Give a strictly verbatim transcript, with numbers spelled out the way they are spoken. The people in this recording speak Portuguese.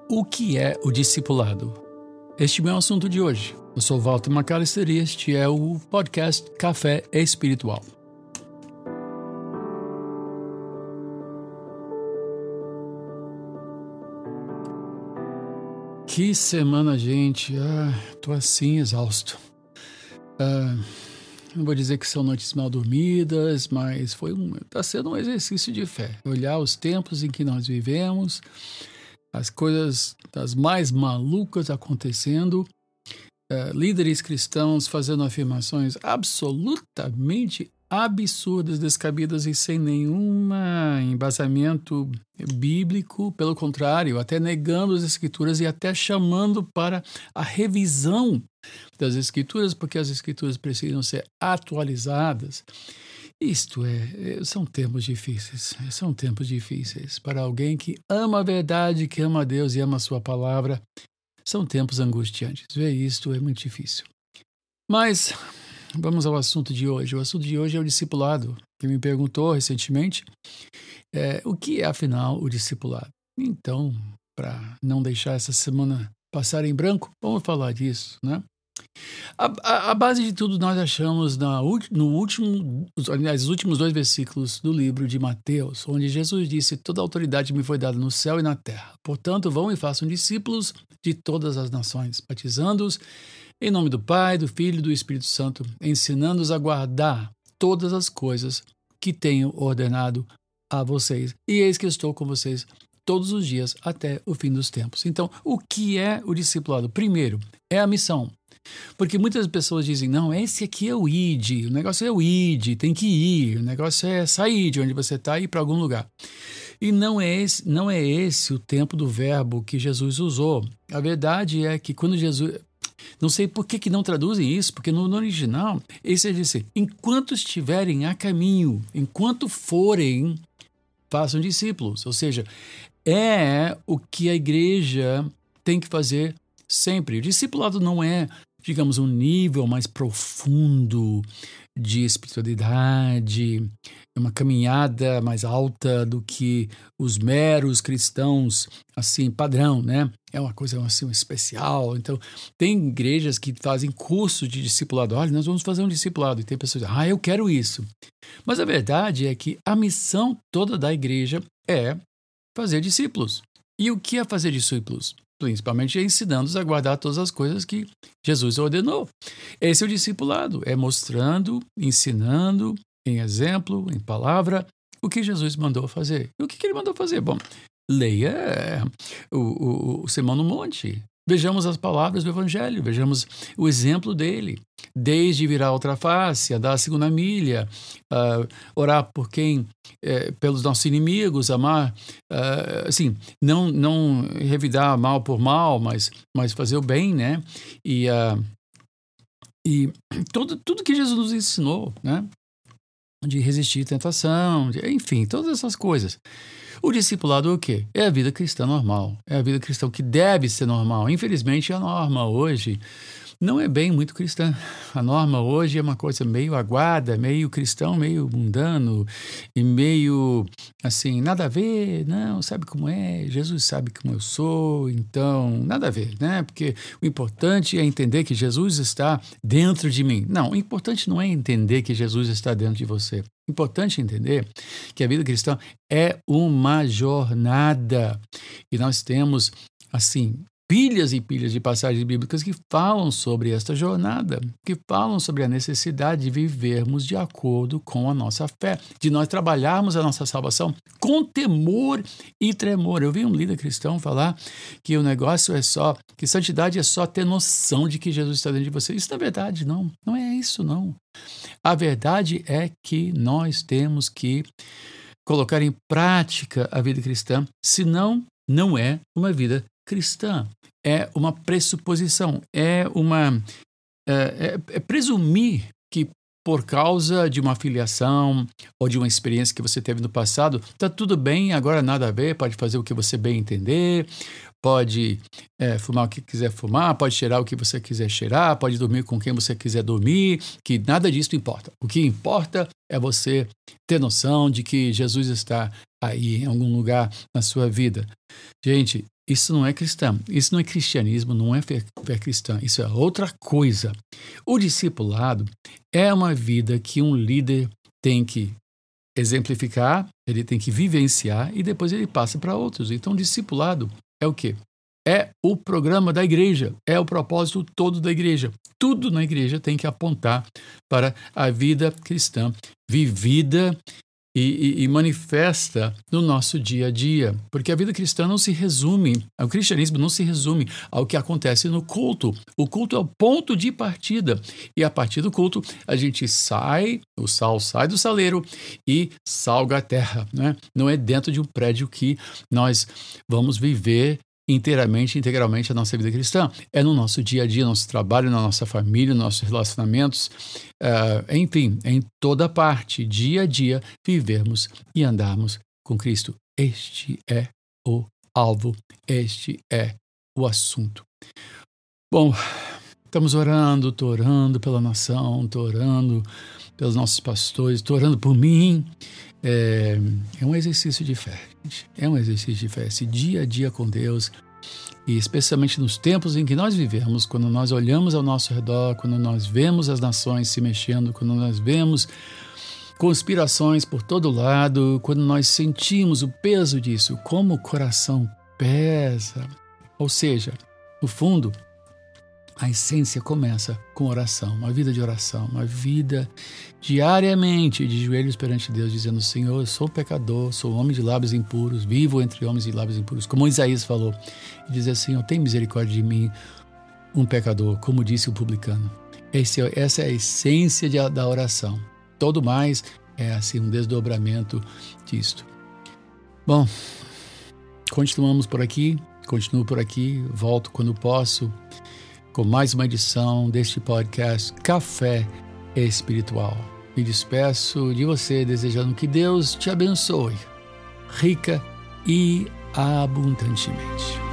O que é o discipulado? Este é o meu assunto de hoje. Eu sou Walter McAllister e este é o podcast Café Espiritual. Que semana, gente. Ah, tô assim, exausto. Ah, não vou dizer que são noites mal dormidas, mas foi um, tá sendo um exercício de fé. Olhar os tempos em que nós vivemos, as coisas das mais malucas acontecendo, uh, líderes cristãos fazendo afirmações absolutamente absurdas, descabidas e sem nenhum embasamento bíblico, pelo contrário, até negando as escrituras e até chamando para a revisão das escrituras, porque as escrituras precisam ser atualizadas. Isto é, são tempos difíceis, são tempos difíceis. Para alguém que ama a verdade, que ama a Deus e ama a sua palavra, são tempos angustiantes. Ver isto é muito difícil. Mas vamos ao assunto de hoje. O assunto de hoje é o discipulado. Quem me perguntou recentemente é, o que é, afinal, o discipulado. Então, para não deixar essa semana passar em branco, vamos falar disso, né? A, a, a base de tudo nós achamos na, no último, aliás, os últimos dois versículos do livro de Mateus, onde Jesus disse: toda a autoridade me foi dada no céu e na terra. Portanto, vão e façam discípulos de todas as nações, batizando-os em nome do Pai, do Filho e do Espírito Santo, ensinando-os a guardar todas as coisas que tenho ordenado a vocês. E eis que estou com vocês todos os dias até o fim dos tempos. Então, o que é o discipulado? Primeiro, é a missão. Porque muitas pessoas dizem, não, esse aqui é o I D, o negócio é o I D, tem que ir, o negócio é sair de onde você está e ir para algum lugar. E não é, esse, não é esse o tempo do verbo que Jesus usou. A verdade é que quando Jesus... Não sei por que, que não traduzem isso, porque no, no original, esse é dizer, enquanto estiverem a caminho, enquanto forem, façam discípulos. Ou seja, é o que a igreja tem que fazer sempre. O discipulado não é, digamos, um nível mais profundo de espiritualidade, uma caminhada mais alta do que os meros cristãos, assim, padrão, né? É uma coisa assim, especial. Então, tem igrejas que fazem curso de discipulado. Olha, nós vamos fazer um discipulado. E tem pessoas que dizem, ah, eu quero isso. Mas a verdade é que a missão toda da igreja é fazer discípulos. E o que é fazer discípulos? Principalmente ensinando-os a guardar todas as coisas que Jesus ordenou. Esse é o discipulado, é mostrando, ensinando, em exemplo, em palavra, o que Jesus mandou fazer. E o que, que ele mandou fazer? Bom, leia é, o, o, o Sermão no Monte. Vejamos as palavras do Evangelho, vejamos o exemplo dele, desde virar outra face, a dar a segunda milha, uh, orar por quem, eh, pelos nossos inimigos, amar, uh, assim, não, não revidar mal por mal, mas, mas fazer o bem, né? E, uh, e todo, tudo que Jesus nos ensinou, né? De resistir à tentação, de, enfim, todas essas coisas. O discipulado é o quê? É a vida cristã normal. É a vida cristã que deve ser normal. Infelizmente, a norma hoje não é bem muito cristã. A norma hoje é uma coisa meio aguada, meio cristão, meio mundano e meio, assim, nada a ver, não, sabe como é? Jesus sabe como eu sou, então, nada a ver, né? Porque o importante é entender que Jesus está dentro de mim. Não, o importante não é entender que Jesus está dentro de você. O importante é entender que a vida cristã é uma jornada. E nós temos, assim, pilhas e pilhas de passagens bíblicas que falam sobre esta jornada, que falam sobre a necessidade de vivermos de acordo com a nossa fé, de nós trabalharmos a nossa salvação com temor e tremor. Eu vi um líder cristão falar que o negócio é só, que santidade é só ter noção de que Jesus está dentro de você. Isso não é verdade, não. Não é isso, não. A verdade é que nós temos que colocar em prática a vida cristã, senão não é uma vida cristã. É uma pressuposição, é uma é, é, é presumir que por causa de uma filiação ou de uma experiência que você teve no passado, está tudo bem, agora nada a ver, pode fazer o que você bem entender, pode é, fumar o que quiser fumar, pode cheirar o que você quiser cheirar, pode dormir com quem você quiser dormir, que nada disso importa. O que importa é você ter noção de que Jesus está aí em algum lugar na sua vida. Gente, isso não é cristão. Isso não é cristianismo, não é fé, fé cristã. Isso é outra coisa. O discipulado é uma vida que um líder tem que exemplificar, ele tem que vivenciar e depois ele passa para outros. Então, discipulado é o quê? É o programa da igreja, é o propósito todo da igreja. Tudo na igreja tem que apontar para a vida cristã vivida e, e, e manifesta no nosso dia a dia. Porque a vida cristã não se resume, o cristianismo não se resume ao que acontece no culto. O culto é o ponto de partida. E a partir do culto, a gente sai, o sal sai do saleiro e salga a terra, né? Não é dentro de um prédio que nós vamos viver inteiramente, integralmente a nossa vida cristã. É no nosso dia a dia, no nosso trabalho, na nossa família, nos nossos relacionamentos, uh, enfim, em toda parte, dia a dia, vivermos e andarmos com Cristo. Este é o alvo, este é o assunto. Bom, estamos orando, estou orando pela nação, estou orando pelos nossos pastores, estou orando por mim. É, é um exercício de fé, gente. É um exercício de fé. Esse dia a dia com Deus, e especialmente nos tempos em que nós vivemos, quando nós olhamos ao nosso redor, quando nós vemos as nações se mexendo, quando nós vemos conspirações por todo lado, quando nós sentimos o peso disso, como o coração pesa. Ou seja, no fundo, a essência começa com oração, uma vida de oração, uma vida diariamente de joelhos perante Deus, dizendo: Senhor, eu sou pecador, sou homem de lábios impuros, vivo entre homens de lábios impuros, como Isaías falou, e dizer: Senhor, tem misericórdia de mim, um pecador, como disse o publicano. Esse, essa é a essência de, da oração. Todo mais é assim um desdobramento disto. Bom, continuamos por aqui, continuo por aqui, volto quando posso, com mais uma edição deste podcast Café Espiritual. Me despeço de você desejando que Deus te abençoe, rica e abundantemente.